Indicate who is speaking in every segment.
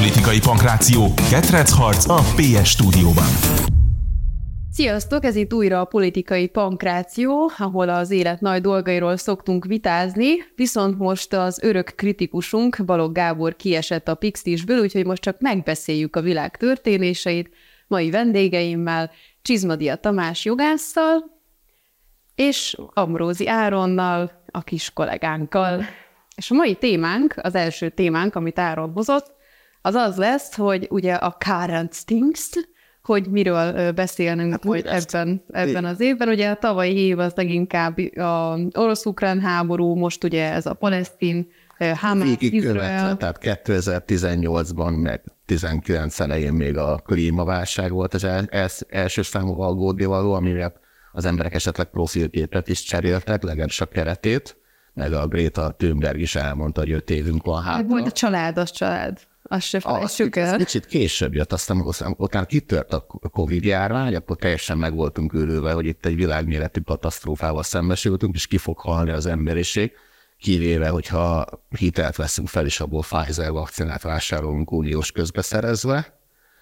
Speaker 1: Politikai pankráció, ketrecharc a PS stúdióban.
Speaker 2: Sziasztok, ez itt újra a Politikai pankráció, ahol az élet nagy dolgairól szoktunk vitázni, viszont most az örök kritikusunk, Balogh Gábor kiesett a Pixtisből, úgyhogy most csak megbeszéljük a világ történéseit mai vendégeimmel, Csizmadia Tamás jogásszal, és Ambrózi Áronnal, a kis kollégánkkal. És a mai témánk, az első témánk, amit Áron hozott, az az lesz, hogy ugye a current things, hogy miről beszélnünk ebben az évben. Ugye a tavalyi év az leginkább az orosz-ukrán háború, most ugye ez a palesztin, Hamász, Izrael.
Speaker 3: Tehát 2018-ban, meg 19 elején még a klímaválság volt az első számú aggódnivaló, amire az emberek esetleg profilképet is cseréltek, legalábbis a keretét, meg a Greta Thunberg is elmondta, hogy 5 évünk van hátra.
Speaker 2: Volt a család, az család. Azt se felejtsük el.
Speaker 3: Kicsit később jött, aztán utána kitört a Covid-járvány, akkor teljesen meg voltunk őrülve, hogy itt egy világméretű katasztrófával szembesültünk, és ki fog halni az emberiség, kivéve, hogyha hitelt veszünk fel, és abból Pfizer vakcinát vásárolunk uniós közbeszerezve.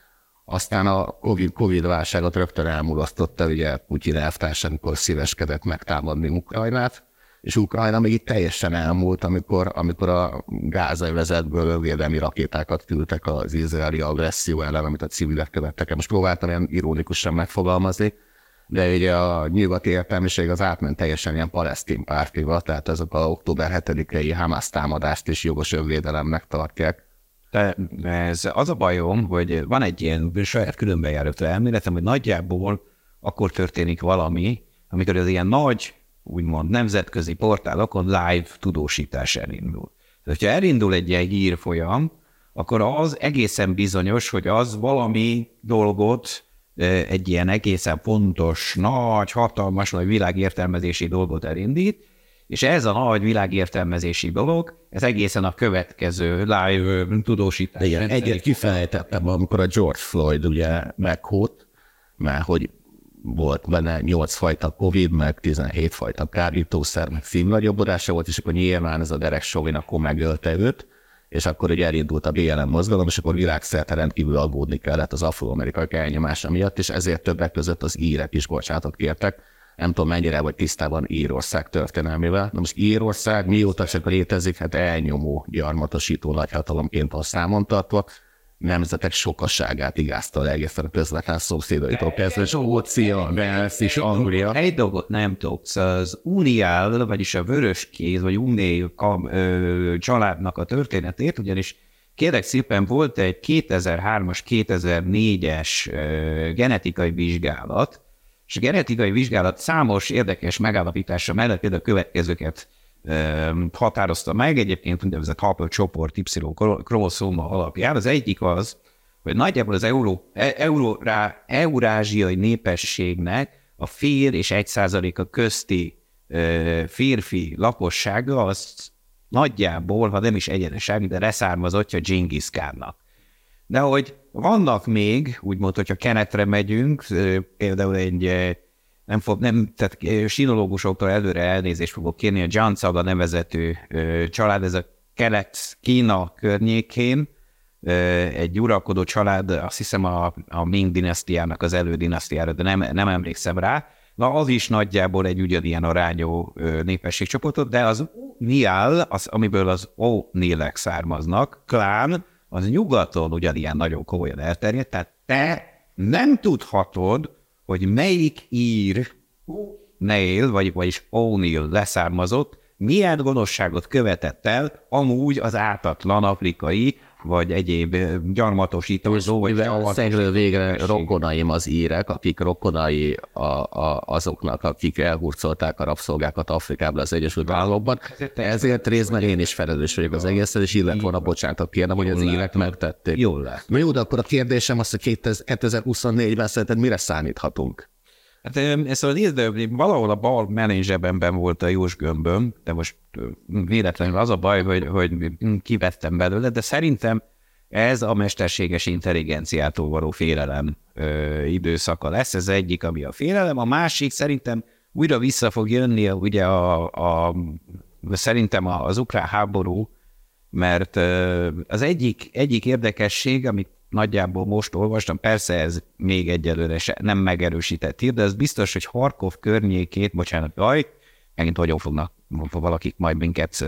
Speaker 3: Aztán a Covid-válságot rögtön elmulasztotta, ugye Putyin elvtárs, amikor szíveskedett megtámadni Ukrajnát, és Ukrajna még itt teljesen elmúlt, amikor a gázai vezetből védelmi rakétákat küldtek az izraeli agresszió ellen, amit a civilek követtek. Most próbáltam ilyen ironikusan megfogalmazni, de ugye a nyugati értelmiség az átment teljesen ilyen palesztin pártiba, tehát azok a október 7-i Hamász támadást is jogos önvédelemnek tartják.
Speaker 4: De ez az a bajom, hogy van egy ilyen saját különbejáró elméletem, hogy nagyjából akkor történik valami, amikor az ilyen nagy, úgymond nemzetközi portálokon live tudósítás elindul. Tehát, hogyha elindul egy ilyen hírfolyam, akkor az egészen bizonyos, hogy az valami dolgot, egy ilyen egészen fontos, nagy, hatalmas, vagy világértelmezési dolgot elindít, és ez a nagy világértelmezési dolog, ez egészen a következő live tudósítás.
Speaker 3: Igen, egyet kifelejtettem, amikor a George Floyd ugye meghót, mert hogy volt benne 8 fajta Covid, meg 17 fajta kábítószer, meg szívnagyobbodásra volt, és akkor nyilván ez a Derek Chauvin akkor megölte őt, és akkor ugye elindult a BLM mozgalom, és akkor világszerte rendkívül aggódni kellett az afroamerikai elnyomása miatt, és ezért többek között az írek is bocsánatot kértek. Nem tudom, mennyire vagy tisztában Írország történelmével. Na most Írország mióta csak létezik, hát elnyomó, gyarmatosító nagyhatalomként van számon tartva, nemzetek sokasságát igázta egészen a közvetlen szomszédaitól kezdve, Skócia, Wales és Anglia.
Speaker 4: Egy dolgot nem tudsz, az Uniál, vagyis a Vöröskéz, vagy Uné családnak a történetét, ugyanis kérlek szépen volt egy 2003-as, 2004-es genetikai vizsgálat, és a genetikai vizsgálat számos érdekes megállapítása mellett például a következőket határozta meg, egyébként úgynevezett haplocsoport Y-kromoszóma alapján. Az egyik az, hogy nagyjából az eurázsiai népességnek a fél és 1% közti férfi lakossága az nagyjából, ha nem is egyeneság, de leszármazottja Dzsingisz Kánnak. De hogy vannak még, úgymond, hogyha kenetre megyünk, például egy tehát sinológusoktól előre elnézést fogok kérni, a Zsancaga nevezetű család, ez a Kelet-Kína környékén, egy uralkodó család, azt hiszem a Ming dinasztiának az elődinasztiára, de nem emlékszem rá. Na, az is nagyjából egy ugyanilyen arányú népességcsoportot, de az Nial, amiből az O'Neillek származnak, klán, az nyugaton ugyanilyen nagyon komolyan elterjedt, tehát te nem tudhatod, hogy melyik ír Neil, vagyis O'Neill leszármazott, milyen gonoszságot követett el amúgy az ártatlan afrikai, vagy egyéb gyarmatosító, vagy
Speaker 3: valószínűleg végre rokonaim az írek, akik rokonai azoknak, akik elhurcolták a rabszolgákat Afrikában, az Egyesült Államokban. Ezért részben én is felelős vagyok az egészen, és illet volna bocsánatot kérnem, hogy az írek megtették.
Speaker 4: Jól lát.
Speaker 3: Na jó, de akkor a kérdésem az, hogy 2024-ben szerinted mire számíthatunk?
Speaker 4: Hát ezt nézd, valahol a bal mellény zsebemben volt a Jós gömböm, de most véletlenül az a baj, hogy kivettem belőle, de szerintem ez a mesterséges intelligenciától való félelem időszaka lesz. Ez egyik, ami a félelem. A másik szerintem újra vissza fog jönni, ugye szerintem az ukrán háború mert az egyik érdekesség, amit nagyjából most olvastam, persze ez még egyelőre nem megerősített hír, de ez biztos, hogy Harkov környékét, megint hogyan fognak valakik majd minket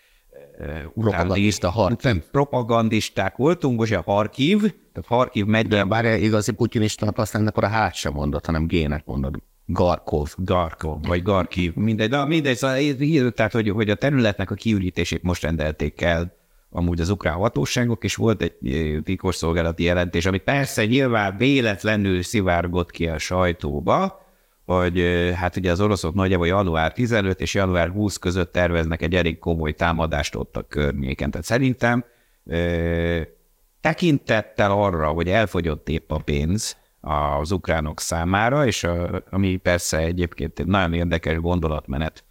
Speaker 4: propagandisták voltunk, most a Harkiv, tehát Harkiv megy.
Speaker 3: De bár igazi putyinistának aztán akkor a hát sem mondod, hanem G-nek mondod. Garkov,
Speaker 4: vagy Garkiv, mindegy. Szóval, tehát, hogy a területnek a kiürítését most rendelték el amúgy az ukrán hatóságok, és volt egy titkosszolgálati jelentés, ami persze nyilván véletlenül szivárgott ki a sajtóba, hogy hát ugye az oroszok nagyjából január 15 és január 20 között terveznek egy elég komoly támadást ott a környéken. Tehát szerintem tekintettel arra, hogy elfogyott épp a pénz az ukránok számára, és ami persze egyébként egy nagyon érdekes gondolatmenet,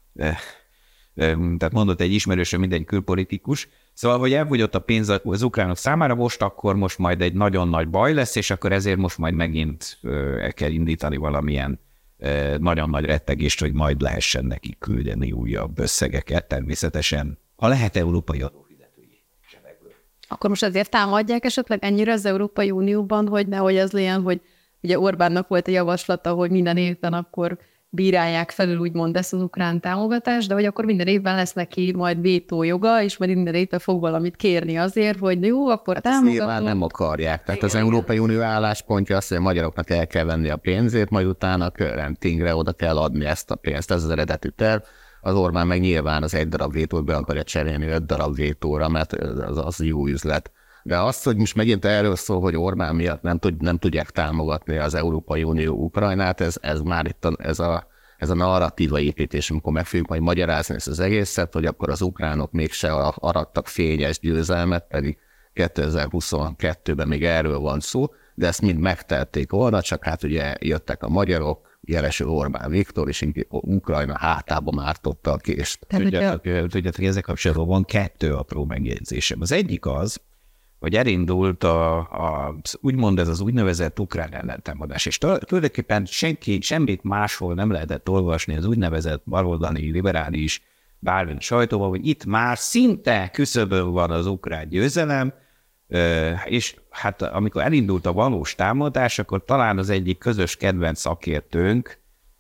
Speaker 4: tehát mondott egy ismerősöm, mindegy külpolitikus, szóval, hogy elfogyott a pénz az ukránok számára, most majd egy nagyon nagy baj lesz, és akkor ezért most majd megint el kell indítani valamilyen nagyon nagy rettegést, hogy majd lehessen nekik küldeni újabb összegeket, természetesen, ha lehet európai adófizetői zsebekből.
Speaker 2: Akkor most ezért támadják esetleg ennyire az Európai Unióban, hogy nehogy az legyen, hogy ugye Orbánnak volt a javaslata, hogy minden évben akkor bírálják felül úgymond ezt az ukrán támogatást, de hogy akkor minden évben lesz neki majd vétójoga, és majd minden évben fog valamit kérni azért, hogy jó, akkor hát támogatunk.
Speaker 3: Nyilván nem akarják. Tehát az Európai Unió álláspontja az, hogy a magyaroknak el kell venni a pénzét, majd utána Körentingre oda kell adni ezt a pénzt. Ez az eredeti terv. Az Orbán meg nyilván az egy darab vétót be akarja cserélni 5 darab vétóra, mert az jó üzlet. De azt, hogy most megint erről szól, hogy Orbán miatt nem tudják támogatni az Európai Unió Ukrajnát, ez már itt ez a narratíva építés, amikor meg fogjuk majd magyarázni ezt az egészet, hogy akkor az ukránok mégse arattak fényes győzelmet, pedig 2022-ben még erről van szó, de ezt mind megtették volna, csak hát ugye jöttek a magyarok, jelesül Orbán Viktor, és Ukrajna hátába mártotta a kést.
Speaker 4: Tudjátok, ezzel kapcsolatban van 2 apró megjegyzésem. Az egyik az, hogy elindult úgymond ez az úgynevezett ukrán ellentámadás, és tulajdonképpen semmit máshol nem lehetett olvasni az úgynevezett baloldali, liberális bármilyen sajtóban, hogy itt már szinte küszöbön van az ukrán győzelem, és hát amikor elindult a valós támadás, akkor talán az egyik közös kedvenc szakértőnk,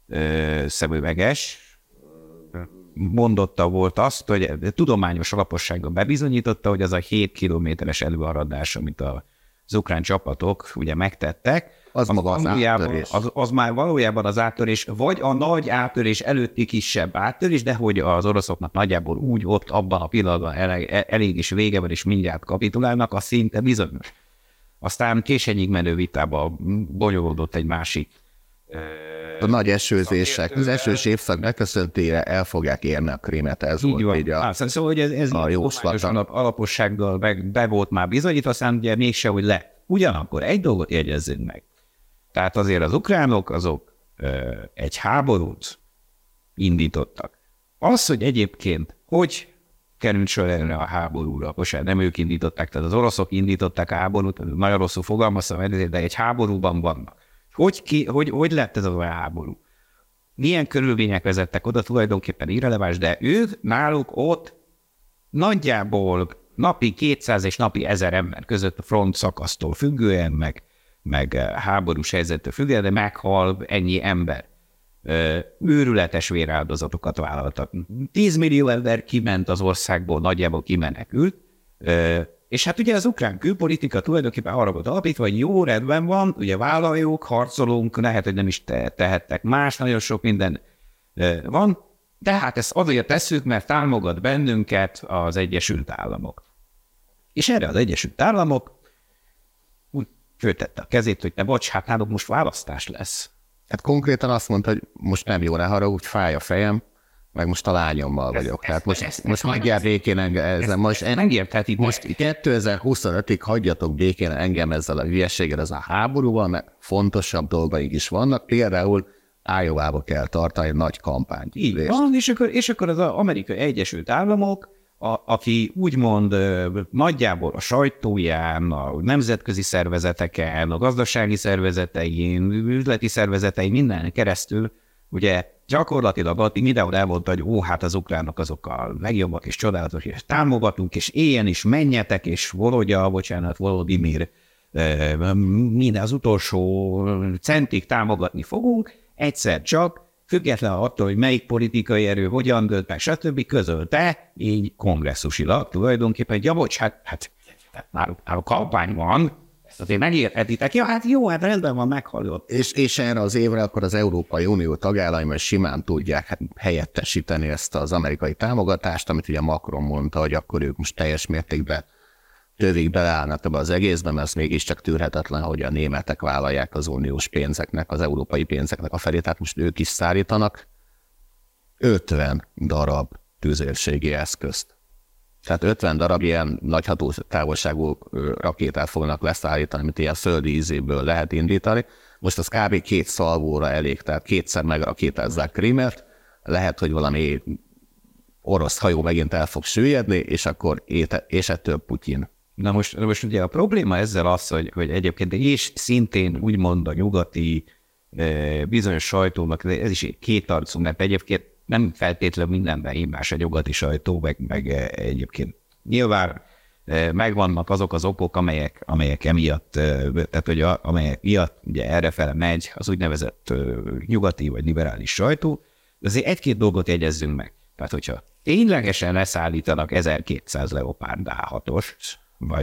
Speaker 4: szemüveges, mondotta volt azt, hogy tudományos alapossággal bebizonyította, hogy az a 7 kilométeres előaradás, amit az ukrán csapatok ugye megtettek, az már valójában az áttörés, vagy a nagy áttörés előtti kisebb áttörés, de hogy az oroszoknak nagyjából úgy ott abban a pillanatban elég is vége van, és mindjárt kapitulálnak, az szinte bizonyos. Aztán későnyig menő vitába bonyolódott egy másik
Speaker 3: a nagy esőzések, az esős évszak megköszöntére el fogják érni a Krímet, ez
Speaker 4: így
Speaker 3: volt így
Speaker 4: szóval, hogy ez
Speaker 3: a
Speaker 4: alapossággal be volt már bizonyítva, aztán ugye mégse, hogy le. Ugyanakkor egy dolgot jegyezzünk meg. Tehát azért az ukránok azok egy háborút indítottak. Az, hogy egyébként hogy került sor erre a háborúra, most nem ők indították, tehát az oroszok indították a háborút, nagyon rosszul fogalmaztam, de egy háborúban vannak. Hogy lett ez a háború? Milyen körülmények vezettek oda, tulajdonképpen irreleváns, de ők náluk ott nagyjából napi 200 és napi 1000 ember között a front szakasztól függően, meg háborús helyzettől függően, de meghal ennyi ember. Őrületes véráldozatokat vállaltak. 10 millió ember kiment az országból, nagyjából kimenekült, és hát ugye az ukrán külpolitika tulajdonképpen arra volt alapítva, hogy jó, rendben van, ugye vállaljuk, harcolunk, lehet, hogy nem is tehettek más, nagyon sok minden van, de hát ezt azért tesszük, mert támogat bennünket az Egyesült Államok. És erre az Egyesült Államok úgy föltette a kezét, hogy bocs, hát náluk most választás lesz.
Speaker 3: Hát konkrétan azt mondta, hogy most nem jó, ne haragudj, fáj a fejem, meg most a lányommal vagyok. Tehát most hagyjál békén engem. Most 2025-ig hagyjatok békén engem ezzel a hülyeséggel, ez a háborúval, mert fontosabb dolgaink is vannak. Például Iowa-ba kell tartani nagy kampányt.
Speaker 4: Így van, és akkor az Amerikai Egyesült Államok, aki úgymond nagyjából a sajtóján, a nemzetközi szervezeteken, a gazdasági szervezetein, üzleti szervetein, minden keresztül ugye gyakorlatilag addig mindenhol elmondta, hogy hát az ukránok azok a legjobbak és csodálatos, és támogatunk, és éljen is, menjetek, és Volodymyr, minden az utolsó centig támogatni fogunk, egyszer csak, független attól, hogy melyik politikai erő hogyan dönt meg, stb. Közölte, így kongresszusilag tulajdonképpen, hogy hát már a kampány van, ezt azért megérhetitek. Ja, hát jó, hát rendben van, meghallott.
Speaker 3: És erre az évre akkor az Európai Unió tagállamai simán tudják helyettesíteni ezt az amerikai támogatást, amit ugye Macron mondta, hogy akkor ők most teljes mértékben tövig beleállnak ebbe az egészben, mert ez mégiscsak tűrhetetlen, hogy a németek vállalják az uniós pénzeknek, az európai pénzeknek a felét, tehát most ők is szállítanak 50 darab tüzérségi eszközt. Tehát 50 darab ilyen nagy hatótávolságú rakétát fognak leszállítani, amit ilyen földi ízéből lehet indítani. Most az kb. 2 szalvóra elég, tehát 2-szer megrakétázzák Krímet, lehet, hogy valami orosz hajó megint el fog süllyedni, és akkor ettől Putyin.
Speaker 4: Na most ugye a probléma ezzel az, hogy egyébként, és szintén úgymond a nyugati bizonyos sajtónak, ez is kétarcú, mert egyébként nem feltétlenül mindenben hibás a nyugati sajtó, meg egyébként nyilván megvannak azok az okok, amelyek emiatt, tehát hogy amelyek miatt ugye errefele megy az úgynevezett nyugati vagy liberális sajtó, de azért egy-két dolgot jegyezzünk meg. Tehát hogyha ténylegesen leszállítanak 1200 Leopard A6-ost, vagy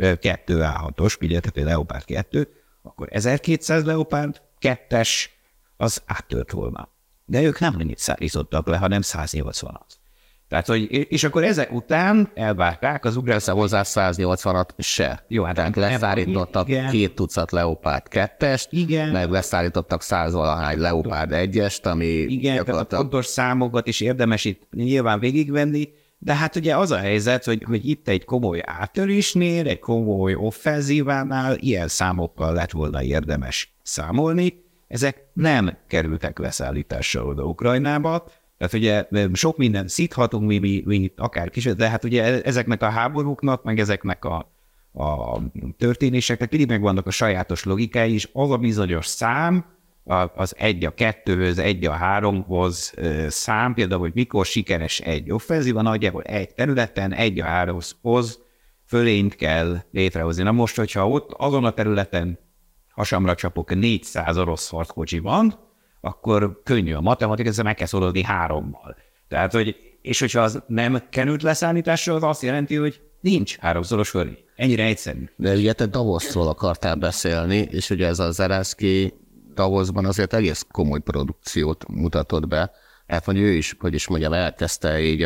Speaker 4: 2 A6-os, ugye, tehát Leopard 2, akkor 1200 Leopard 2-es az áttört volna. De ők nem annyit szállítottak le, hanem 180-at. Tehát, hogy, és akkor ezek után elvárták az ukrán
Speaker 3: hozzá 180-at se.
Speaker 4: Jó, hát
Speaker 3: leszállítottak 2 tucat Leopard 2-est, meg leszállítottak 100-valahány Leopard 1-est, ami
Speaker 4: igen, tehát a pontos számokat is érdemes itt nyilván végigvenni, de hát ugye az a helyzet, hogy itt egy komoly áttörésnél, egy komoly offenzívánál ilyen számokkal lett volna érdemes számolni, ezek nem kerültek leszállításra oda Ukrajnába. Tehát ugye sok mindent szíthatunk mi akár kis, de hát ugye ezeknek a háborúknak, meg ezeknek a történéseknek mindig megvannak a sajátos logikái is. Az a bizonyos szám, az 1 a 2-höz, 1 a 3-hoz szám, például, hogy mikor sikeres egy offenzíva, nagyjából egy területen 1 a 3-hoz fölényt kell létrehozni. Na most, hogyha ott azon a területen hasamra csapok 400 orosz harckocsi van, akkor könnyű a matematika, ezzel meg kell szorozni 3-mal. Tehát, és hogyha az nem került leszállításra, az azt jelenti, hogy nincs 3-szoros fölé. Ennyire egyszerű.
Speaker 3: De ugye te Davosról akartál beszélni, és ugye ez a Zelenszky Davosban azért egész komoly produkciót mutatott be. Hát, hogy ő is, hogy is mondjam, elkezdte így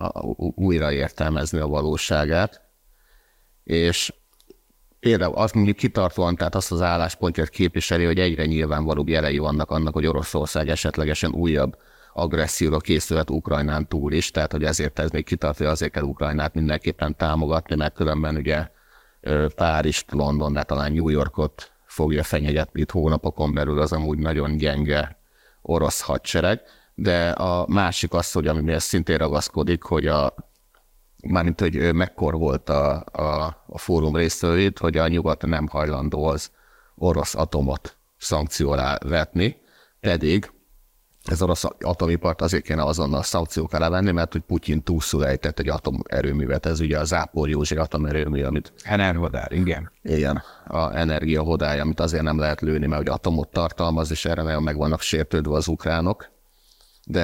Speaker 3: újra értelmezni a valóságát, és például azt mondjuk kitartóan, tehát azt az álláspontját képviseli, hogy egyre nyilvánvalóbb jelei vannak annak, hogy Oroszország esetlegesen újabb agresszióra készülhet Ukrajnán túl is, tehát hogy ezért ez még kitartó, azért kell Ukrajnát mindenképpen támogatni, mert különben ugye Párizst, London, de talán New Yorkot fogja fenyegetni itt hónapokon belül az amúgy nagyon gyenge orosz hadsereg, de a másik az, hogy amihez szintén ragaszkodik, hogy mármint, hogy mekkor volt a fórum résztvevőit, hogy a nyugat nem hajlandó az orosz atomot szankció alá vetni, pedig ez orosz atomipart azért kéne azonnal szankciók alá venni, mert hogy Putyin túlszul ejtett egy atomerőművet, ez ugye a Záporjózsi atomerőmű, amit...
Speaker 4: Energiahodár, igen.
Speaker 3: Igen, a energiahodály, amit azért nem lehet lőni, mert hogy atomot tartalmaz, és erre nagyon meg vannak sértődve az ukránok, de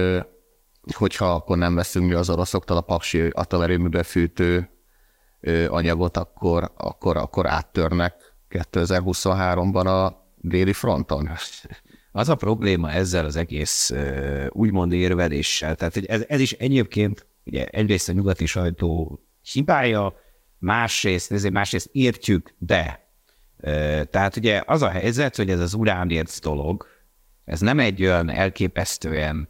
Speaker 3: hogyha akkor nem veszünk mi az oroszoktól a paksi atomerőműbe fűtő anyagot, akkor áttörnek 2023-ban a déli fronton.
Speaker 4: Az a probléma ezzel az egész úgymond érveléssel, tehát hogy ez is egyébként ugye egyrészt a nyugati sajtó hibája, másrészt értjük, de tehát ugye az a helyzet, hogy ez az uránérc dolog, ez nem egy olyan elképesztően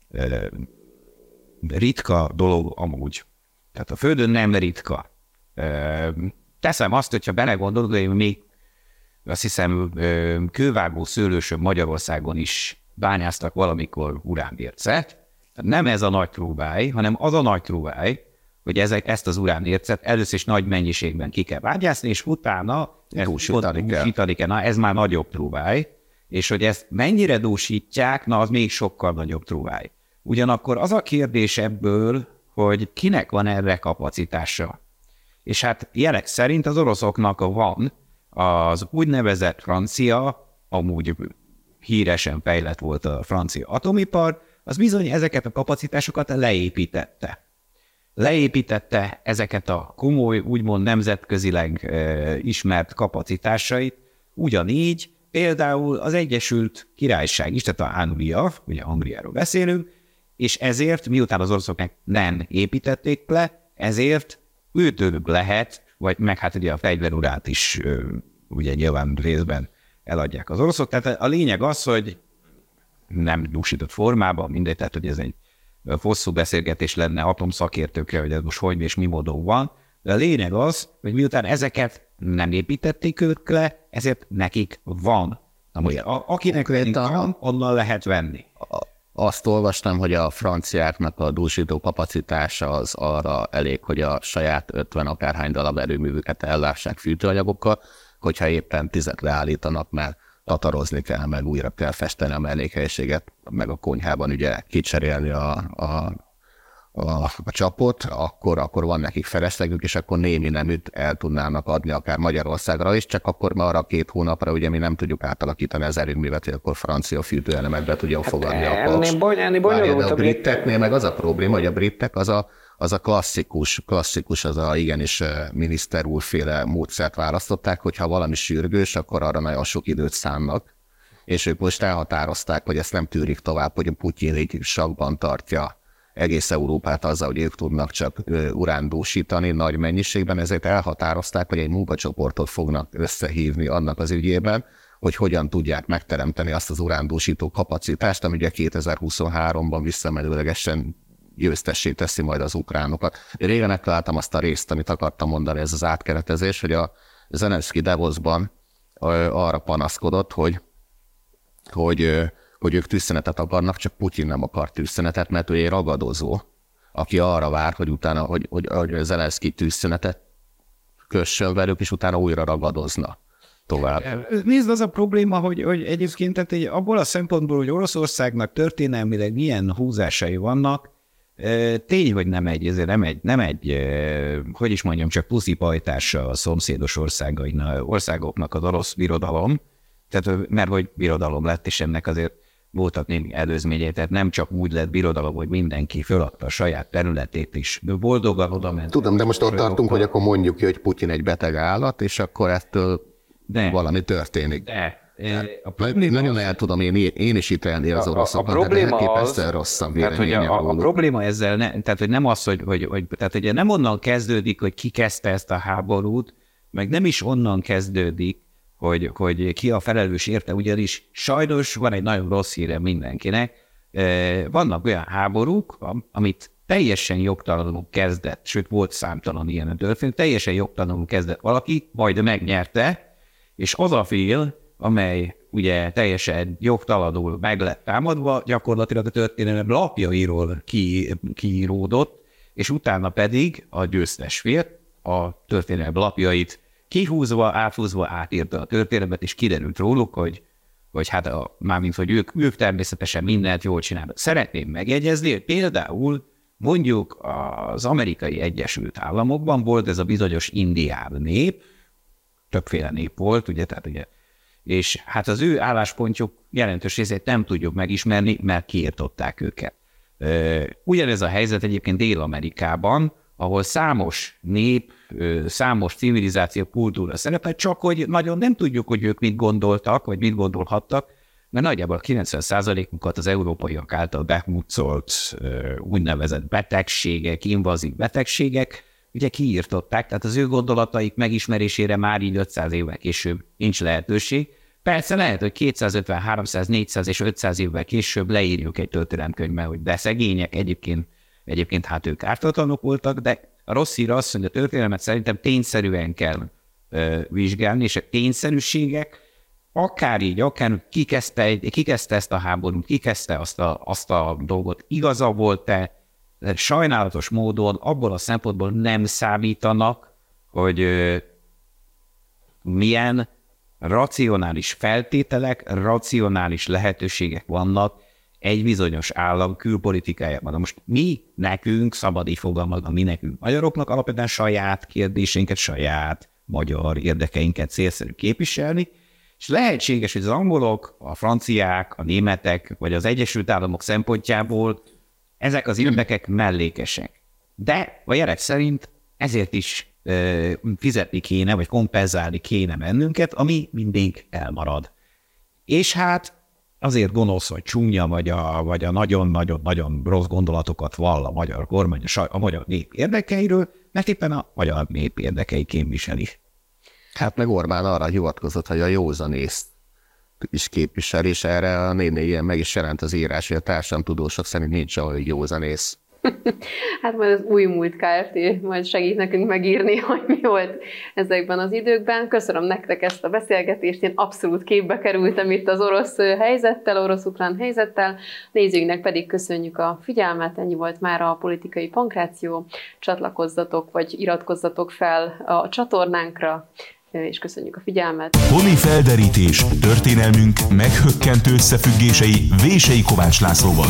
Speaker 4: ritka dolog amúgy. Tehát a Földön nem ritka. Teszem azt, hogyha belegondolok, hogy még azt hiszem kővágó szőlősön Magyarországon is bányáztak valamikor uránércet. Nem ez a nagy trúváj, hanem az a nagy trúváj, hogy ezt az uránércet először is nagy mennyiségben ki kell bányászni, és utána
Speaker 3: túlsítani kell.
Speaker 4: Na, ez már nagyobb trúváj, És hogy ezt mennyire dúsítják, na az még sokkal nagyobb trúváj. Ugyanakkor az a kérdés ebből, hogy kinek van erre kapacitása. És hát jelek szerint az oroszoknak van az úgynevezett francia, amúgy híresen fejlett volt a francia atomipar, az bizony ezeket a kapacitásokat leépítette. Leépítette ezeket a komoly, úgymond nemzetközileg ismert kapacitásait, ugyanígy például az Egyesült Királyság is, tehát a Anglia, ugye Angliáról beszélünk, és ezért, miután az oroszok nem építették le, ezért őtőlük lehet, vagy meg hát ugye a fegyverurát is ugye nyilván részben eladják az oroszok. Tehát a lényeg az, hogy nem dúsított formában, mindegy, tehát hogy ez egy hosszú beszélgetés lenne atomszakértőkre, hogy ez most hogy és mi módon van, de a lényeg az, hogy miután ezeket nem építették ők le, ezért nekik van. Akinek van, onnan lehet venni.
Speaker 3: Azt olvastam, hogy a franciáknak a dúsító kapacitása az arra elég, hogy a saját 50 akárhány darab erőművüket ellássák fűtőanyagokkal, hogyha éppen 10 leállítanak, mert tatarozni kell, meg újra kell festeni a mellékhelyiséget, meg a konyhában ugye kicserélni a csapot, akkor van nekik feleslegük, és akkor némi neműt el tudnának adni akár Magyarországra is, csak akkor már arra 2 hónapra ugye mi nem tudjuk átalakítani az erőművet, hogy akkor francia fűtőelemekbe tudjon fogadni a paks. A briteknél meg az a probléma, hogy a britek az a klasszikus, az a igenis miniszter úrféle módszert választották, hogyha valami sürgős, akkor arra nagyon sok időt szánnak, és ők most elhatározták, hogy ezt nem tűrik tovább, hogy a Putyin így sakban tartja egész Európát azzal, hogy ők tudnak csak urándúsítani nagy mennyiségben, ezért elhatározták, hogy egy munkacsoportot fognak összehívni annak az ügyében, hogy hogyan tudják megteremteni azt az urándúsító kapacitást, ami ugye 2023-ban visszamenőlegesen győztessé teszi majd az ukránokat. Régen megtaláltam azt a részt, amit akartam mondani, ez az átkeretezés, hogy a Zelenszky Davosban arra panaszkodott, hogy ők tűzszünetet akarnak, csak Putyin nem akar tűzszünetet, mert ő egy ragadozó, aki arra vár, hogy utána, hogy Zelenszky tűzszünetet kössön velük, és utána újra ragadozna tovább.
Speaker 4: Nézd, az a probléma, hogy egyébként tehát abból a szempontból, hogy Oroszországnak történelmileg milyen húzásai vannak, tény, hogy nem egy, hogy is mondjam, csak puszipajtása a szomszédos országoknak az orosz birodalom, tehát, mert hogy birodalom lett, és ennek azért voltak némi előzményei, tehát nem csak úgy lett birodalom, hogy mindenki föladta a saját területét is. Boldogan oda ment.
Speaker 3: Tudom, de most ott tartunk, hogy akkor mondjuk ki, hogy Putyin egy beteg állat, és akkor ettől valami történik. Nagyon el tudom én is ítélni az oroszokat, de elképesztően rosszabb véleményem.
Speaker 4: A probléma ezzel, tehát hogy nem az, hogy tehát ugye nem onnan kezdődik, hogy ki kezdte ezt a háborút, meg nem is onnan kezdődik, hogy ki a felelős érte, ugyanis sajnos van egy nagyon rossz híre mindenkinek. Vannak olyan háborúk, amit teljesen jogtalanul kezdett, sőt volt számtalan ilyen történet, teljesen jogtalanul kezdett valaki, majd megnyerte, és az a fél, amely ugye teljesen jogtalanul meg lett támadva, gyakorlatilag a történelem lapjairól kiíródott, és utána pedig a győztes fél a történelem lapjait kihúzva, áthúzva átírta a történelmet, és kiderült róluk, hogy hát mármint, hogy ők természetesen mindent jól csinálnak. Szeretném megjegyezni, hogy például mondjuk az Amerikai Egyesült Államokban volt ez a bizonyos indián nép, többféle nép volt, ugye, tehát ugye, és hát az ő álláspontjuk jelentős részét nem tudjuk megismerni, mert kiirtották őket. Ugyanez a helyzet egyébként Dél-Amerikában, ahol számos nép, számos civilizáció, kultúra szerepel, csak hogy nagyon nem tudjuk, hogy ők mit gondoltak, vagy mit gondolhattak, mert nagyjából 90%-ukat az európaiak által behurcolt úgynevezett betegségek, invazív betegségek, ugye kiírtották, tehát az ő gondolataik megismerésére már így 500 évvel később nincs lehetőség. Persze lehet, hogy 250, 300, 400 és 500 évvel később leírjuk egy történelemkönyvben, hogy de szegények, egyébként hát ők ártatlanok voltak, de a rossz hír az, hogy a történelmet szerintem tényszerűen kell vizsgálni, és a tényszerűségek akár így, akár kikezdte ezt a háborút, kikezdte azt a dolgot, igaza volt-e, sajnálatos módon abból a szempontból nem számítanak, hogy milyen racionális feltételek, racionális lehetőségek vannak egy bizonyos állam külpolitikájában. Na most nekünk, szabad így fogalmazva, mi nekünk magyaroknak alapvetően saját kérdéseinket, saját magyar érdekeinket célszerű képviselni, és lehetséges, hogy az angolok, a franciák, a németek, vagy az Egyesült Államok szempontjából ezek az érdekek mellékesek. De a jelek szerint ezért is fizetni kéne, vagy kompenzálni kéne bennünket, ami mindig elmarad. És hát azért gonosz, vagy csúnya, vagy a nagyon-nagyon rossz gondolatokat vall a magyar kormány, a magyar nép érdekeiről, mert éppen a magyar nép érdekei képviseli.
Speaker 3: Hát meg Orbán arra hivatkozott, hogy a józanészt is képvisel, és erre a 444 meg is jelent az írás, hogy a társadalomtudósok szerint nincs olyan józanész.
Speaker 2: Hát majd az Új Múlt Kft. Majd segít nekünk megírni, hogy mi volt ezekben az időkben. Köszönöm nektek ezt a beszélgetést, én abszolút képbe kerültem itt az orosz helyzettel, orosz-ukrán helyzettel. Nézőinknek pedig köszönjük a figyelmet, ennyi volt már a Politikai Pankráció. Csatlakozzatok, vagy iratkozzatok fel a csatornánkra, és köszönjük a figyelmet.
Speaker 1: Honi felderítés, történelmünk meghökkentő összefüggései Vései Kovács Lászlóval.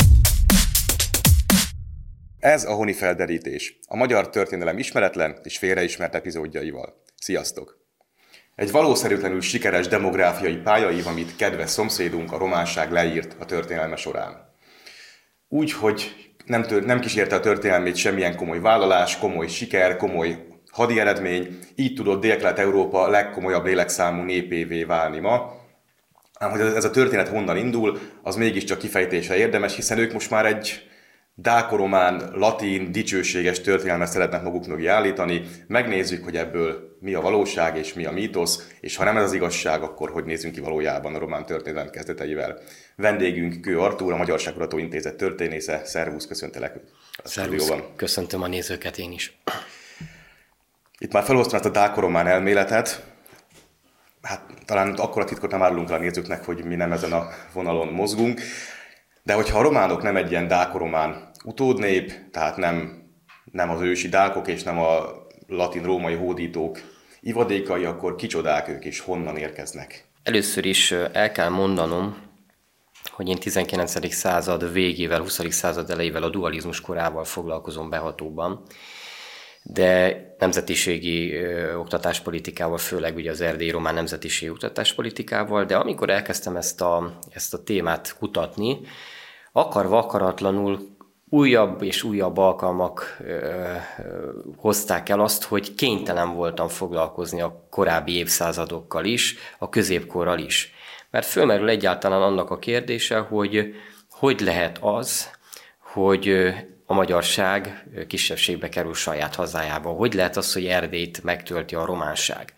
Speaker 5: Ez a Honi felderítés, a magyar történelem ismeretlen és félreismert epizódjaival. Sziasztok! Egy valószerűtlenül sikeres demográfiai pályaív, amit kedves szomszédunk, a románság leírt a történelme során. Úgy, hogy nem kísérte a történelmét semmilyen komoly vállalás, komoly siker, komoly hadi eredmény, így tudott Dél-Kelet-Európa legkomolyabb lélekszámú népévé válni ma. Ám hogy ez a történet honnan indul, az mégiscsak kifejtése érdemes, hiszen ők most már egy dákoromán, latin, dicsőséges történelmet szeretnek maguk mögé állítani. Megnézzük, hogy ebből mi a valóság és mi a mítosz, és ha nem ez az igazság, akkor hogy nézzünk ki valójában a román történelem kezdeteivel. Vendégünk Kő Artúr, a Magyarságkutató Intézet történésze. Szervusz, köszöntelek a stúdióban.
Speaker 6: Köszöntöm a nézőket én is.
Speaker 5: Itt már felhoztam ezt a dákoromán elméletet. Hát talán akkora titkot nem árulunk a nézőknek, hogy mi nem ezen a vonalon mozgunk. De hogyha a románok nem egy ilyen dákoromán utódnép, tehát nem az ősi dákok és nem a latin-római hódítók ivadékai, akkor kicsodák ők és honnan érkeznek?
Speaker 6: Először is el kell mondanom, hogy én 19. század végével, 20. század elejével a dualizmus korával foglalkozom behatóban, de nemzetiségi oktatáspolitikával, főleg ugye az erdélyi román nemzetiségi oktatáspolitikával, de amikor elkezdtem ezt a témát kutatni, akarva akaratlanul újabb és újabb alkalmak hozták el azt, hogy kénytelen voltam foglalkozni a korábbi évszázadokkal is, a középkorral is. Mert fölmerül egyáltalán annak a kérdése, hogy lehet az, hogy a magyarság kisebbségbe kerül saját hazájába. Hogy lehet az, hogy Erdélyt megtölti a románság?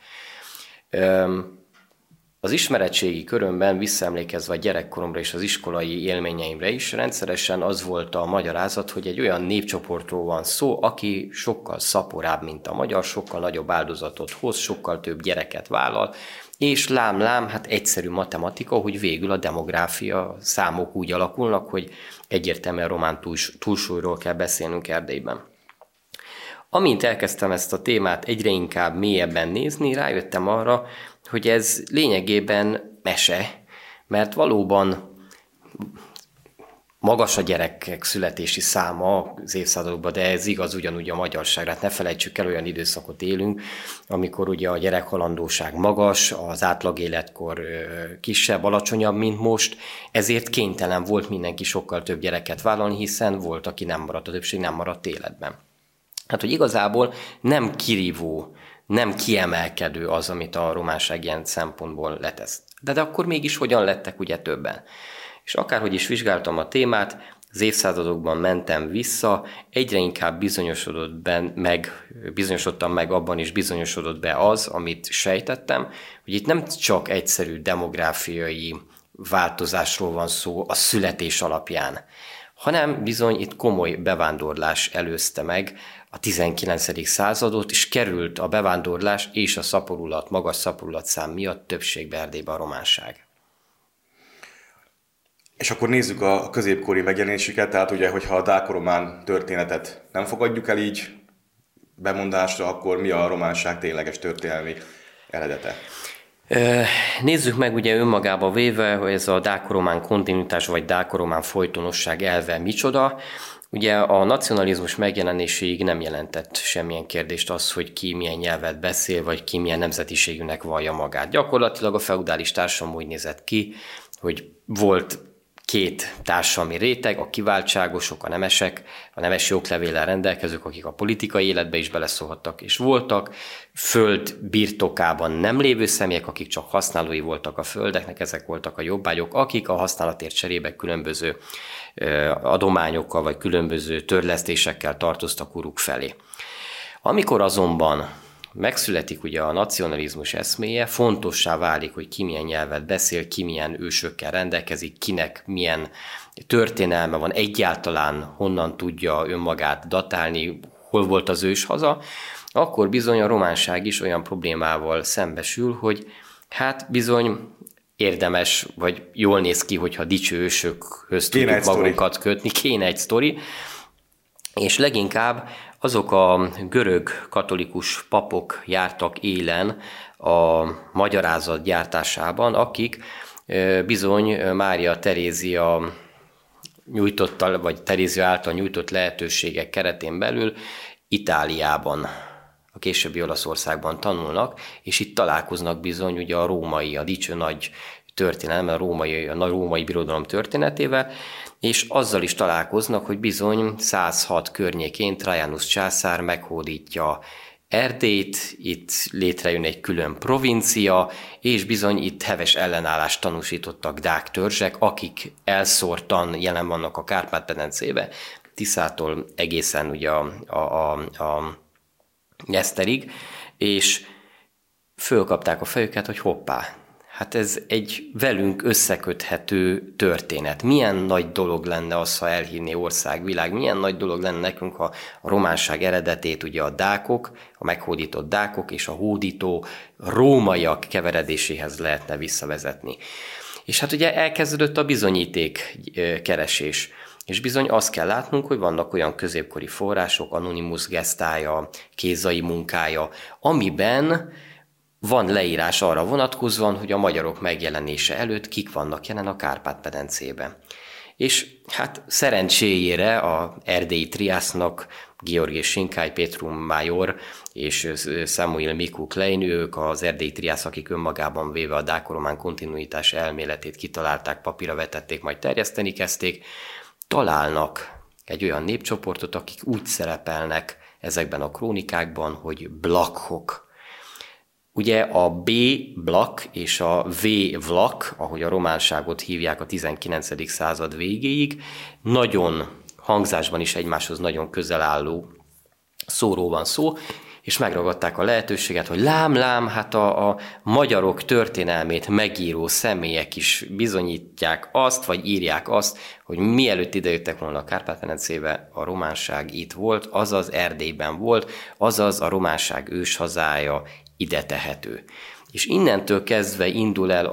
Speaker 6: Az ismeretségi körömben visszaemlékezve a gyerekkoromra és az iskolai élményeimre is rendszeresen az volt a magyarázat, hogy egy olyan népcsoportról van szó, aki sokkal szaporább, mint a magyar, sokkal nagyobb áldozatot hoz, sokkal több gyereket vállal, és lám, hát egyszerű matematika, hogy végül a demográfia számok úgy alakulnak, hogy egyértelműen román túlsúlyról kell beszélnünk Erdélyben. Amint elkezdtem ezt a témát egyre inkább mélyebben nézni, rájöttem arra, hogy ez lényegében mese, mert valóban magas a gyerekek születési száma az évszázadokban, de ez igaz ugyanúgy a magyarságra. Hát ne felejtsük el, olyan időszakot élünk, amikor ugye a gyerekhalandóság magas, az átlag életkor kisebb, alacsonyabb, mint most, ezért kénytelen volt mindenki sokkal több gyereket vállalni, hiszen volt, aki nem maradt, a többség nem maradt életben. Hát, hogy igazából nem kirívó, nem kiemelkedő az, amit a románság ilyen szempontból letesz. De akkor mégis hogyan lettek ugye többen? És akárhogy is vizsgáltam a témát, az évszázadokban mentem vissza, egyre inkább bizonyosodtam meg abban is bizonyosodott be az, amit sejtettem, hogy itt nem csak egyszerű demográfiai változásról van szó a születés alapján, hanem bizony itt komoly bevándorlás előzte meg a 19. századot, és került a bevándorlás és a szaporulat, magas szaporulatszám miatt többségbe Erdélybe a románság.
Speaker 5: És akkor nézzük a középkori megjelenésüket, tehát ugye, hogyha a dákoromán történetet nem fogadjuk el így bemondásra, akkor mi a románság tényleges történelmi eredete?
Speaker 6: Nézzük meg ugye önmagába véve, hogy ez a dáko-román kontinuitás vagy dáko-román folytonosság elve micsoda. Ugye a nacionalizmus megjelenéséig nem jelentett semmilyen kérdést az, hogy ki milyen nyelvet beszél, vagy ki milyen nemzetiségűnek vallja magát. Gyakorlatilag a feudális társadalom úgy nézett ki, hogy volt két társadalmi réteg, a kiváltságosok, a nemesek, a nemesi oklevéllel rendelkezők, akik a politikai életbe is beleszólhattak és voltak, föld birtokában nem lévő személyek, akik csak használói voltak a földeknek, ezek voltak a jobbágyok, akik a használatért cserébe különböző adományokkal vagy különböző törlesztésekkel tartoztak uruk felé. Amikor azonban megszületik ugye a nacionalizmus eszméje, fontossá válik, hogy ki milyen nyelvet beszél, ki milyen ősökkel rendelkezik, kinek milyen történelme van, egyáltalán honnan tudja önmagát datálni, hol volt az őshaza, akkor bizony a románság is olyan problémával szembesül, hogy hát bizony érdemes, vagy jól néz ki, hogyha dicső ősökhöz tudjuk magunkat kötni, kéne egy sztori, és leginkább azok a görög katolikus papok jártak élen a magyarázat gyártásában, akik bizony Mária Terézia nyújtotta, vagy Terézia által nyújtott lehetőségek keretén belül Itáliában, a későbbi Olaszországban tanulnak, és itt találkoznak bizony ugye a római, a dicső nagy történelem, a római birodalom történetével, és azzal is találkoznak, hogy bizony 106 környékén Trajanus császár meghódítja Erdélyt, itt létrejön egy külön provincia, és bizony itt heves ellenállást tanúsítottak dák törzsek, akik elszórtan jelen vannak a Kárpát-medencébe, Tiszától egészen ugye a Nyeszterig, és fölkapták a fejüket, hogy hoppá, hát ez egy velünk összeköthető történet. Milyen nagy dolog lenne az, ha elhívné országvilág, milyen nagy dolog lenne nekünk, ha a románság eredetét ugye a dákok, a meghódított dákok és a hódító rómaiak keveredéséhez lehetne visszavezetni. És hát ugye elkezdődött a bizonyíték keresés. És bizony azt kell látnunk, hogy vannak olyan középkori források, Anonymus gesztája, Kézai munkája, amiben van leírás arra vonatkozóan, hogy a magyarok megjelenése előtt kik vannak jelen a Kárpát-medencében. És hát szerencséjére a erdélyi triásznak Georgi Sinkály, Pétrum Major és Samuel Miku Klein, ők az erdélyi triász, akik önmagában véve a dáko-román kontinuitás elméletét kitalálták, papírra vetették, majd terjeszteni kezdték, találnak egy olyan népcsoportot, akik úgy szerepelnek ezekben a krónikákban, hogy blakkok. Ugye a B blakk és a V vlak, ahogy a románságot hívják a 19. század végéig, nagyon hangzásban is egymáshoz nagyon közel álló szóról van szó, és megragadták a lehetőséget, hogy lám, hát a magyarok történelmét megíró személyek is bizonyítják azt, vagy írják azt, hogy mielőtt idejöttek volna a Kárpát-medencébe, a románság itt volt, azaz Erdélyben volt, azaz a románság őshazája ide tehető. És innentől kezdve indul el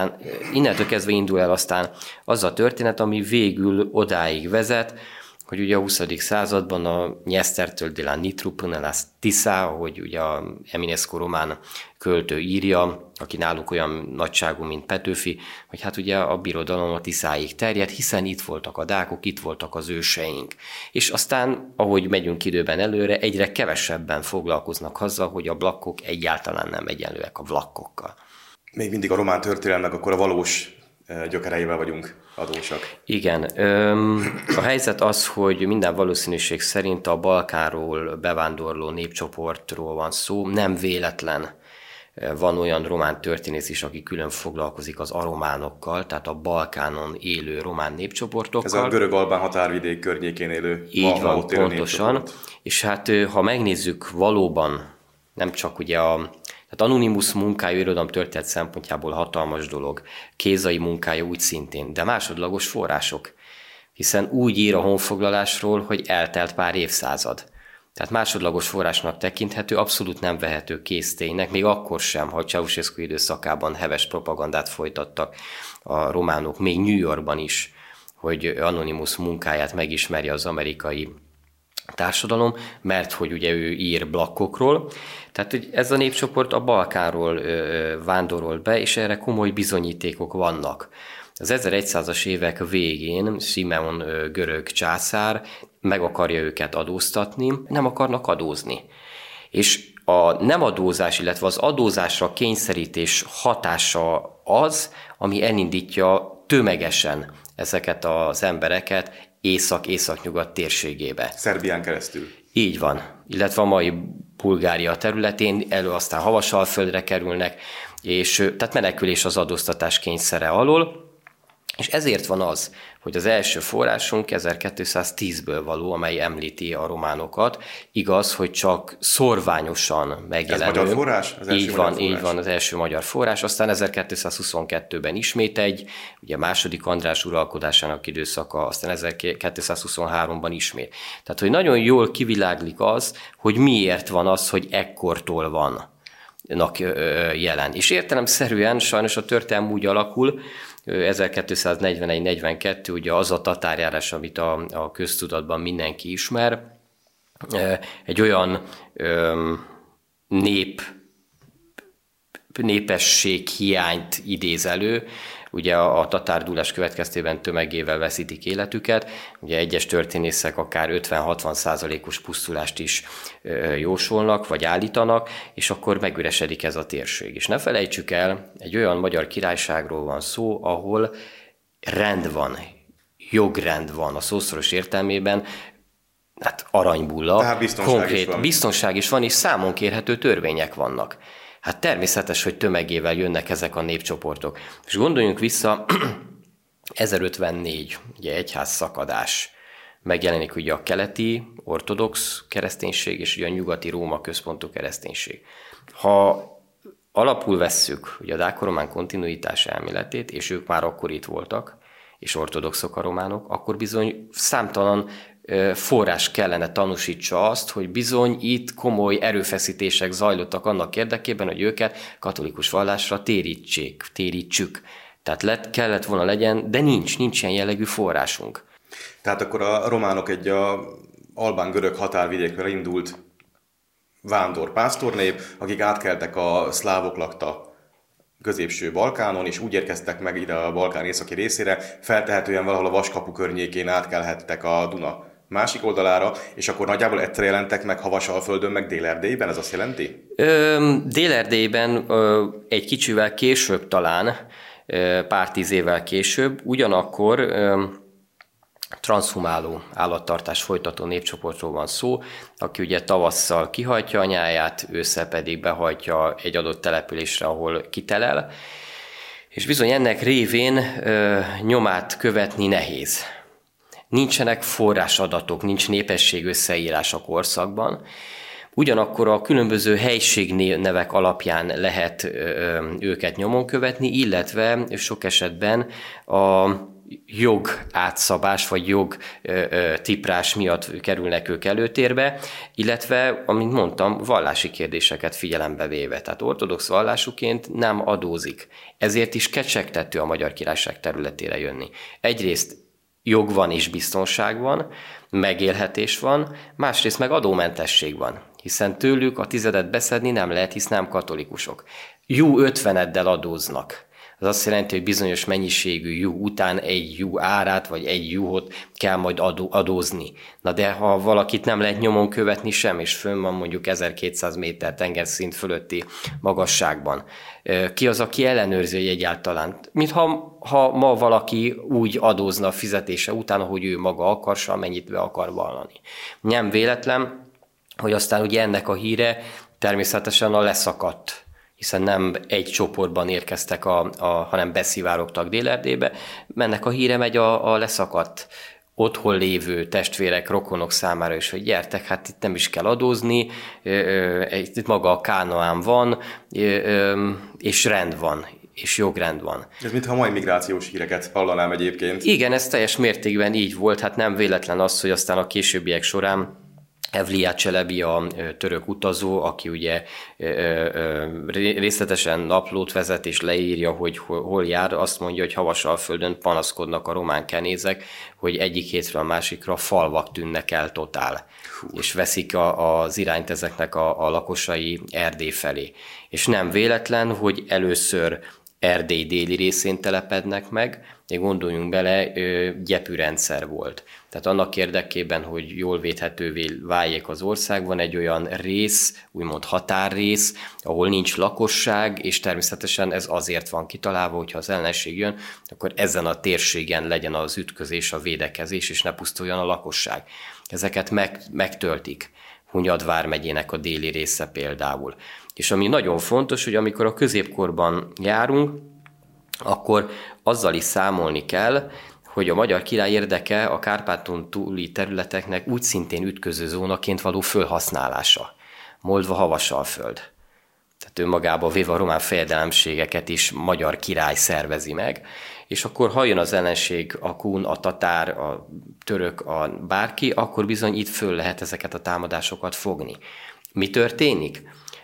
Speaker 6: aztán az a történet, ami végül odáig vezet, hogy ugye a 20. században a Nyesztertől de la Nitru până la Tisza, ahogy ugye a Eminescu román költő írja, aki nálunk olyan nagyságú, mint Petőfi, hogy hát ugye a birodalom a Tiszáig terjed, hiszen itt voltak a dákok, itt voltak az őseink. És aztán, ahogy megyünk időben előre, egyre kevesebben foglalkoznak azzal, hogy a blakkok egyáltalán nem egyenlőek a vlakkokkal.
Speaker 5: Még mindig a román történelemnek akkor a valós gyökereivel vagyunk adósak.
Speaker 6: Igen. A helyzet az, hogy minden valószínűség szerint a Balkánról bevándorló népcsoportról van szó. Nem véletlen van olyan román történész is, aki külön foglalkozik az arománokkal, tehát a Balkánon élő román népcsoportokkal.
Speaker 5: Ez a görög-albán határvidék környékén élő.
Speaker 6: Így van, pontosan. És hát ha megnézzük valóban, nem csak ugye tehát Anonymus munkája irodalomtörténet szempontjából hatalmas dolog, Kézai munkája úgy szintén, de másodlagos források, hiszen úgy ír a honfoglalásról, hogy eltelt pár évszázad. Tehát másodlagos forrásnak tekinthető, abszolút nem vehető készténynek, még akkor sem, ha Ceausescu időszakában heves propagandát folytattak a románok, még New Yorkban is, hogy Anonymus munkáját megismerje az amerikai társadalom, mert hogy ugye ő ír blakkokról. Tehát hogy ez a népcsoport a Balkánról vándorolt be, és erre komoly bizonyítékok vannak. Az 1100-as évek végén Simeon görög császár meg akarja őket adóztatni, nem akarnak adózni. És a nem adózás, illetve az adózásra kényszerítés hatása az, ami elindítja tömegesen ezeket az embereket észak-északnyugat térségébe.
Speaker 5: Szerbián keresztül.
Speaker 6: Így van. Illetve a mai Bulgária területén aztán Havasalföldre kerülnek, és tehát menekülés az adóztatás kényszere alól. És ezért van az, hogy az első forrásunk 1210-ből való, amely említi a románokat. Igaz, hogy csak szorványosan megjelenő. Ez
Speaker 5: magyar forrás?
Speaker 6: Így van, az első magyar forrás. Aztán 1222-ben ismét ugye második András uralkodásának időszaka, aztán 1223-ban ismét. Tehát, hogy nagyon jól kiviláglik az, hogy miért van az, hogy ekkortól van jelen. És értelemszerűen sajnos a történelem úgy alakul, 1241-42 ugye az a tatárjárás, amit a köztudatban mindenki ismer, egy olyan népesség hiányt idéz elő, ugye a tatárdúlás következtében tömegével veszítik életüket, ugye egyes történészek akár 50-60%-os pusztulást is jósolnak, vagy állítanak, és akkor megüresedik ez a térség. És ne felejtsük el, egy olyan magyar királyságról van szó, ahol rend van, jogrend van a szószoros értelmében, hát aranybulla, biztonság is van, és számon kérhető törvények vannak. Hát természetes, hogy tömegével jönnek ezek a népcsoportok. És gondoljunk vissza, 1054, ugye egyház szakadás. Megjelenik ugye a keleti ortodox kereszténység, és ugye a nyugati Róma központú kereszténység. Ha alapul vesszük ugye a dáko-román kontinuitás elméletét, és ők már akkor itt voltak, és ortodoxok a románok, akkor bizony számtalan forrás kellene tanúsítsa azt, hogy bizony itt komoly erőfeszítések zajlottak annak érdekében, hogy őket katolikus vallásra térítsük. Tehát kellett volna legyen, de nincs ilyen jellegű forrásunk.
Speaker 5: Tehát akkor a románok egy albán-görög határvidékről indult vándor-pásztornép, akik átkeltek a szlávok lakta középső Balkánon, és úgy érkeztek meg ide a Balkán északi részére, feltehetően valahol a Vaskapu környékén átkelhettek a Duna másik oldalára, és akkor nagyjából egyszer jelentek meg Havasalföldön, meg Dél-Erdélyben, ez azt jelenti?
Speaker 6: Dél-Erdélyben egy kicsivel később talán, pár 10 évvel később, ugyanakkor transzhumáló állattartás folytató népcsoportról van szó, aki ugye tavasszal kihajtja a nyáját, ősszel pedig behajtja egy adott településre, ahol kitelel, és bizony ennek révén nyomát követni nehéz. Nincsenek forrásadatok, nincs népesség összeírás a korszakban, ugyanakkor a különböző helységnevek alapján lehet őket nyomon követni, illetve sok esetben a jog átszabás vagy jog tiprás miatt kerülnek ők előtérbe, illetve, amint mondtam, vallási kérdéseket figyelembe véve. Tehát ortodox vallásuként nem adózik. Ezért is kecsegtető a Magyar Királyság területére jönni. Egyrészt jog van és biztonság van, megélhetés van, másrészt meg adómentesség van, hiszen tőlük a 10 beszedni nem lehet, hisz nem katolikusok. Jú 50-eddel adóznak. Az azt jelenti, hogy bizonyos mennyiségű juh után egy juh árát, vagy egy juhot kell majd adózni. Na de ha valakit nem lehet nyomon követni sem, és fönn van mondjuk 1200 méter tengerszint fölötti magasságban, ki az, aki ellenőrzi, hogy egyáltalán? Mintha ma valaki úgy adózna a fizetése után, ahogy ő maga akar, amennyit be akar vallani. Nem véletlen, hogy aztán ugye ennek a híre természetesen a leszakadt, hiszen nem egy csoportban érkeztek, hanem beszivárogtak Dél-Erdélybe, mennek a híre megy a leszakadt otthon lévő testvérek, rokonok számára is, hogy gyertek, hát itt nem is kell adózni, itt maga a Kánaán van, és rend van, és jogrend van.
Speaker 5: Ez mintha mai migrációs híreket hallanám egyébként.
Speaker 6: Igen, ez teljes mértékben így volt, hát nem véletlen az, hogy aztán a későbbiek során Evliya Çelebi a török utazó, aki ugye részletesen naplót vezet és leírja, hogy hol jár, azt mondja, hogy Havasalföldön panaszkodnak a román kenézek, hogy egyik hétről a másikra falvak tűnnek el totál, és veszik az irányt ezeknek a lakosai Erdély felé. És nem véletlen, hogy először Erdély déli részén telepednek meg, de gondoljunk bele, gyepűrendszer volt. Tehát annak érdekében, hogy jól védhetővé váljék az ország, van egy olyan rész, úgymond határrész, ahol nincs lakosság, és természetesen ez azért van kitalálva, hogyha az ellenség jön, akkor ezen a térségen legyen az ütközés, a védekezés, és ne pusztuljon a lakosság. Ezeket megtöltik. Hunyad vármegyének a déli része például. És ami nagyon fontos, hogy amikor a középkorban járunk, akkor azzal is számolni kell, hogy a magyar király érdeke a Kárpáton túli területeknek úgy szintén ütköző zónaként való fölhasználása. Moldva, Havasalföld. Tehát önmagába véve a román fejedelemségeket is magyar király szervezi meg, és akkor ha jön az ellenség, a kun, a tatár, a török, a bárki, akkor bizony itt föl lehet ezeket a támadásokat fogni. Mi történik?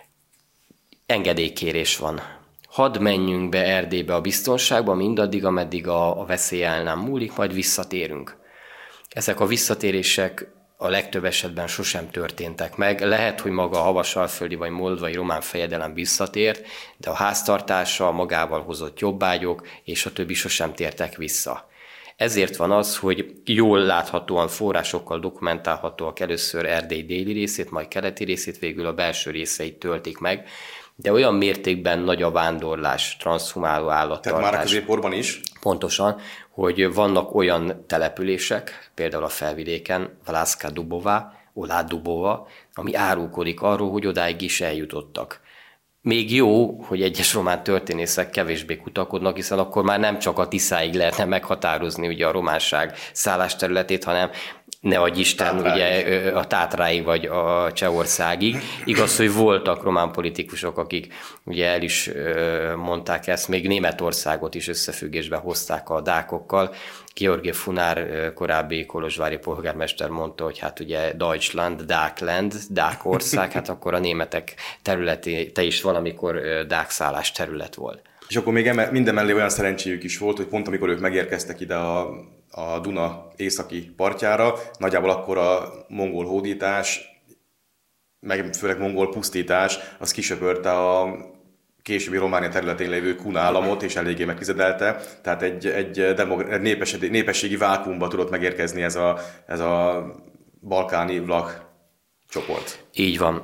Speaker 6: Engedélykérés van. Hadd menjünk be Erdélybe a biztonságba, mindaddig, ameddig a veszély el nem múlik, majd visszatérünk. Ezek a visszatérések a legtöbb esetben sosem történtek meg. Lehet, hogy maga a havasalföldi vagy moldvai román fejedelem visszatért, de a háztartása, magával hozott jobbágyok és a többi sosem tértek vissza. Ezért van az, hogy jól láthatóan forrásokkal dokumentálhatóak először Erdély déli részét, majd keleti részét, végül a belső részeit töltik meg, de olyan mértékben nagy a vándorlás, transzhumáló állattartás.
Speaker 5: Tehát már a középkorban is?
Speaker 6: Pontosan, hogy vannak olyan települések, például a felvidéken, Vlászka Dubová, Olá Dubova, ami árulkodik arról, hogy odáig is eljutottak. Még jó, hogy egyes román történészek kevésbé kutakodnak, hiszen akkor már nem csak a Tiszáig lehetne meghatározni ugye a románság szállásterületét, hanem ne adj Isten, ugye a Tátráig vagy a Csehországig. Igaz, hogy voltak román politikusok, akik ugye el is mondták ezt, még Németországot is összefüggésbe hozták a dákokkal. Georgi Funár, korábbi kolozsvári polgármester mondta, hogy hát ugye Deutschland, Dákland, Dákország, hát akkor a németek területe is valamikor dákszállás terület volt. És
Speaker 5: akkor még minden mellé olyan szerencséjük is volt, hogy pont amikor ők megérkeztek ide a Duna északi partjára, nagyjából akkor a mongol hódítás, meg főleg mongol pusztítás, az kisöpörte a későbbi Románia területén lévő kun államot, és eléggé megfizedelte. Tehát egy népességi vákuumba tudott megérkezni ez a balkáni vlach csoport.
Speaker 6: Így van.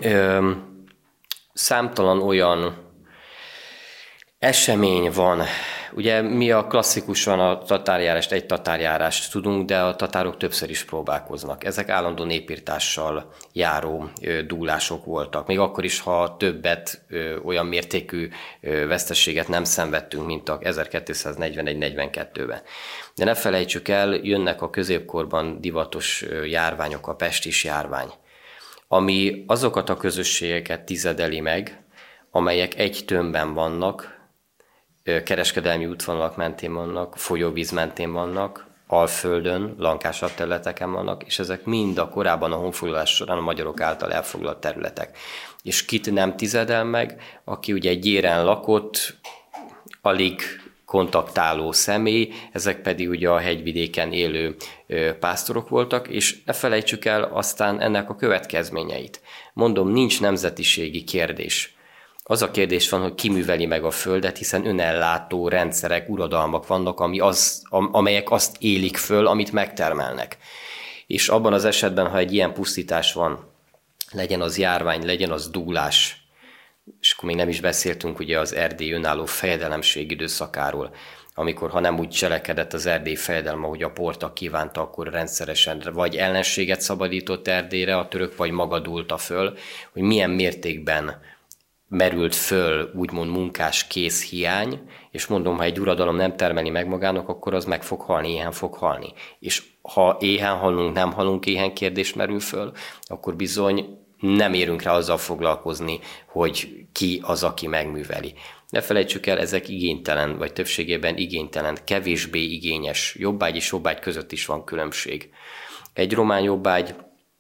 Speaker 6: Számtalan olyan esemény van. Ugye mi a klasszikusan a tatárjárást, egy tatárjárást tudunk, de a tatárok többször is próbálkoznak. Ezek állandó népirtással járó dúlások voltak. Még akkor is, ha többet, olyan mértékű veszteséget nem szenvedtünk, mint a 1241-42-ben. De ne felejtsük el, jönnek a középkorban divatos járványok, a pestis járvány, ami azokat a közösségeket tizedeli meg, amelyek egy tömbben vannak, kereskedelmi útvonalak mentén vannak, folyóvíz mentén vannak, Alföldön, lankásabb területeken vannak, és ezek mind a korábban a honfoglalás során a magyarok által elfoglalt területek. És kit nem tizedel meg, aki ugye egy gyéren lakott, alig kontaktáló személy, ezek pedig ugye a hegyvidéken élő pásztorok voltak, és ne felejtsük el aztán ennek a következményeit. Mondom, nincs nemzetiségi kérdés. Az a kérdés van, hogy ki műveli meg a földet, hiszen önellátó rendszerek, uradalmak vannak, amelyek azt élik föl, amit megtermelnek. És abban az esetben, ha egy ilyen pusztítás van, legyen az járvány, legyen az dúlás, és akkor még nem is beszéltünk ugye az erdélyi önálló fejedelemség időszakáról, amikor ha nem úgy cselekedett az erdélyi fejedelem, ahogy a portak kívánta, akkor rendszeresen vagy ellenséget szabadított Erdélyre a török, vagy maga dúlta föl, hogy milyen mértékben merült föl úgymond munkás kész hiány, és mondom, ha egy uradalom nem termeli meg magának, akkor az meg fog halni, éhen fog halni. És ha éhen halunk, nem halunk, éhen kérdés merül föl, akkor bizony nem érünk rá azzal foglalkozni, hogy ki az, aki megműveli. Ne felejtsük el, ezek igénytelen, vagy többségében igénytelen, kevésbé igényes jobbágy és jobbágy között is van különbség. Egy román jobbágy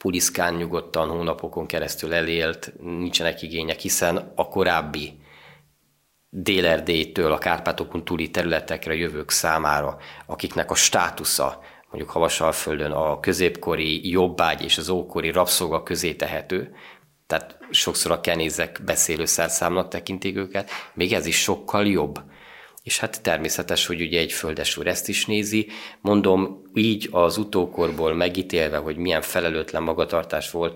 Speaker 6: puliszkán nyugodtan hónapokon keresztül elélt, nincsenek igények, hiszen a korábbi Dél-Erdélytől a Kárpátokon túli területekre jövők számára, akiknek a státusza mondjuk Havasalföldön a középkori jobbágy és az ókori rabszolga közé tehető, tehát sokszor a kenézek beszélő szerszámnak tekintik őket, még ez is sokkal jobb. És hát természetes, hogy ugye egy földesúr ezt is nézi. Mondom, így az utókorból megítélve, hogy milyen felelőtlen magatartás volt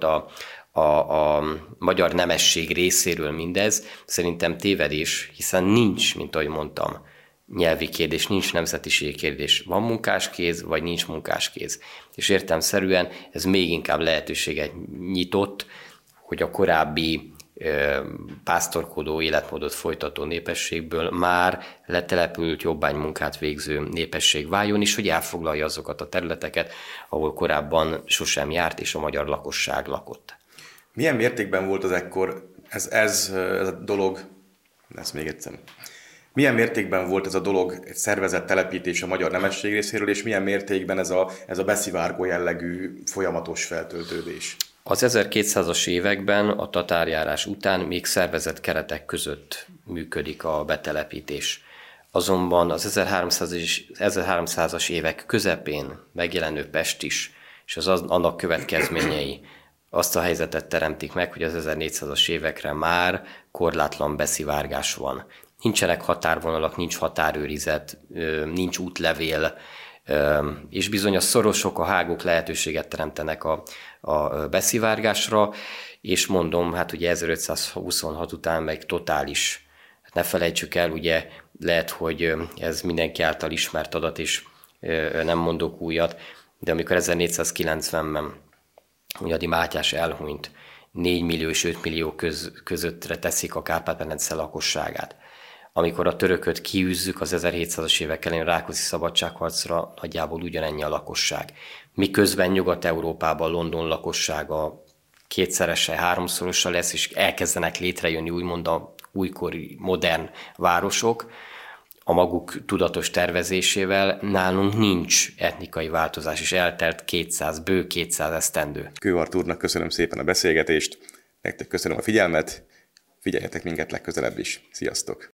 Speaker 6: a magyar nemesség részéről mindez, szerintem tévedés, hiszen nincs, mint ahogy mondtam, nyelvi kérdés, nincs nemzetiségi kérdés. Van munkáskéz, vagy nincs munkáskéz. És értelemszerűen ez még inkább lehetőséget nyitott, hogy a korábbi pásztorkodó életmódot folytató népességből már letelepült jobbánymunkát végző népesség váljon, és hogy elfoglalja azokat a területeket, ahol korábban sosem járt, és a magyar lakosság lakott.
Speaker 5: Milyen mértékben volt az ekkor ez a dolog, lesz még egyszer. Milyen mértékben volt ez a dolog egy szervezett telepítés a magyar nemesség részéről, és milyen mértékben ez a beszivárgó jellegű folyamatos feltöltődés?
Speaker 6: Az 1200-as években a tatárjárás után még szervezett keretek között működik a betelepítés. Azonban az 1300-as évek közepén megjelenő Pest is, és annak következményei azt a helyzetet teremtik meg, hogy az 1400-as évekre már korlátlan beszivárgás van. Nincsenek határvonalak, nincs határőrizet, nincs útlevél, és bizony a szorosok, a hágók lehetőséget teremtenek a beszivárgásra, és mondom, hát ugye 1526 után meg totális. Hát ne felejtsük el, ugye lehet, hogy ez mindenki által ismert adat, és nem mondok újat, de amikor 1490-ben Hunyadi Mátyás elhunyt, 4 millió és 5 millió közöttre teszik a Kárpát-medence lakosságát. Amikor a törököt kiűzzük az 1700-as évek elején Rákóczi szabadságharcra, nagyjából ugyanennyi a lakosság. Miközben Nyugat-Európában London lakossága kétszerese, háromszorosa lesz, és elkezdenek létrejönni úgymond a újkori modern városok, a maguk tudatos tervezésével, nálunk nincs etnikai változás, és eltelt bő 200 esztendő.
Speaker 5: Kő Artúrnak köszönöm szépen a beszélgetést, nektek köszönöm a figyelmet, figyeljetek minket legközelebb is. Sziasztok!